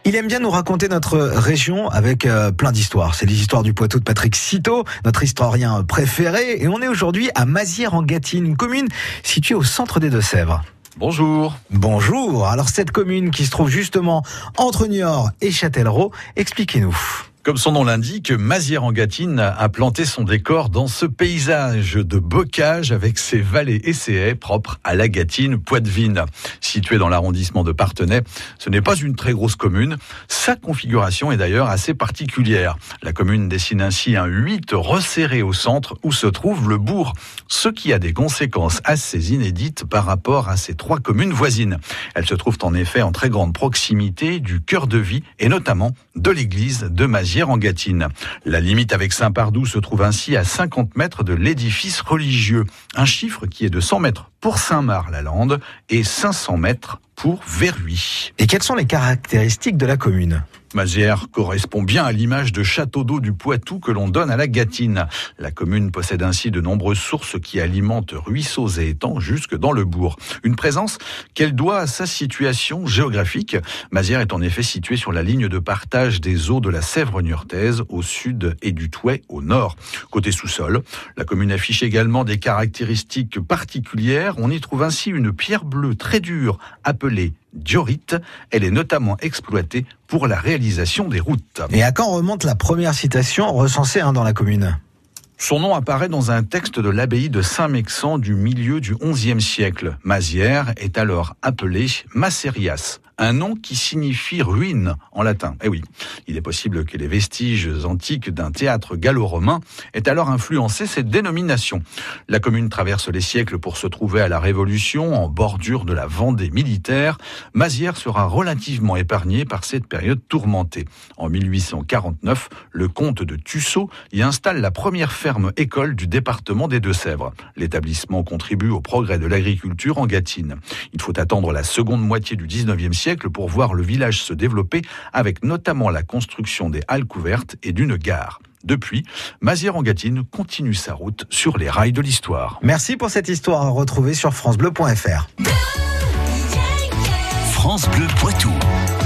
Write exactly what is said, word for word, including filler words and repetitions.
Il aime bien nous raconter notre région avec euh, plein d'histoires. C'est les histoires du Poitou de Patrick Citeaux, notre historien préféré. Et on est aujourd'hui à Mazières-en-Gâtine, une commune située au centre des Deux-Sèvres. Bonjour. Bonjour. Alors cette commune qui se trouve justement entre Niort et Châtellerault, expliquez-nous. Comme son nom l'indique, Mazières-en-Gâtine a planté son décor dans ce paysage de bocage avec ses vallées et ses haies propres à la Gâtine poitevine. Située dans l'arrondissement de Parthenay, ce n'est pas une très grosse commune. Sa configuration est d'ailleurs assez particulière. La commune dessine ainsi un huit resserré au centre où se trouve le bourg, ce qui a des conséquences assez inédites par rapport à ces trois communes voisines. Elles se trouvent en effet en très grande proximité du cœur de vie et notamment de l'église de Mazières en Gâtine. La limite avec Saint-Pardoux se trouve ainsi à cinquante mètres de l'édifice religieux. Un chiffre qui est de cent mètres pour Saint-Marc-la-Lande et cinq cents mètres pour Verhuis. Et quelles sont les caractéristiques de la commune ? Mazières correspond bien à l'image de château d'eau du Poitou que l'on donne à la Gâtine. La commune possède ainsi de nombreuses sources qui alimentent ruisseaux et étangs jusque dans le bourg. Une présence qu'elle doit à sa situation géographique. Mazières est en effet située sur la ligne de partage des eaux de la Sèvre niortaise au sud et du Thouet au nord. Côté sous-sol, la commune affiche également des caractéristiques particulières. On y trouve ainsi une pierre bleue très dure appelée diorite. Elle est notamment exploitée pour la réalisation des routes. Et à quand remonte la première citation recensée hein, dans la commune ? Son nom apparaît dans un texte de l'abbaye de Saint-Mexan du milieu du onzième siècle. Mazières est alors appelée Macerias, un nom qui signifie ruine en latin. Eh oui, il est possible que les vestiges antiques d'un théâtre gallo-romain aient alors influencé cette dénomination. La commune traverse les siècles pour se trouver à la Révolution, en bordure de la Vendée militaire. Mazières sera relativement épargnée par cette période tourmentée. En mille huit cent quarante-neuf, le comte de Tussaud y installe la première ferme-école du département des Deux-Sèvres. L'établissement contribue au progrès de l'agriculture en Gâtine. Il faut attendre la seconde moitié du dix-neuvième siècle pour voir le village se développer avec notamment la construction des halles couvertes et d'une gare. Depuis, Mazières-en-Gâtine continue sa route sur les rails de l'histoire. Merci pour cette histoire à retrouver sur francebleu point f r. France Bleu Poitou.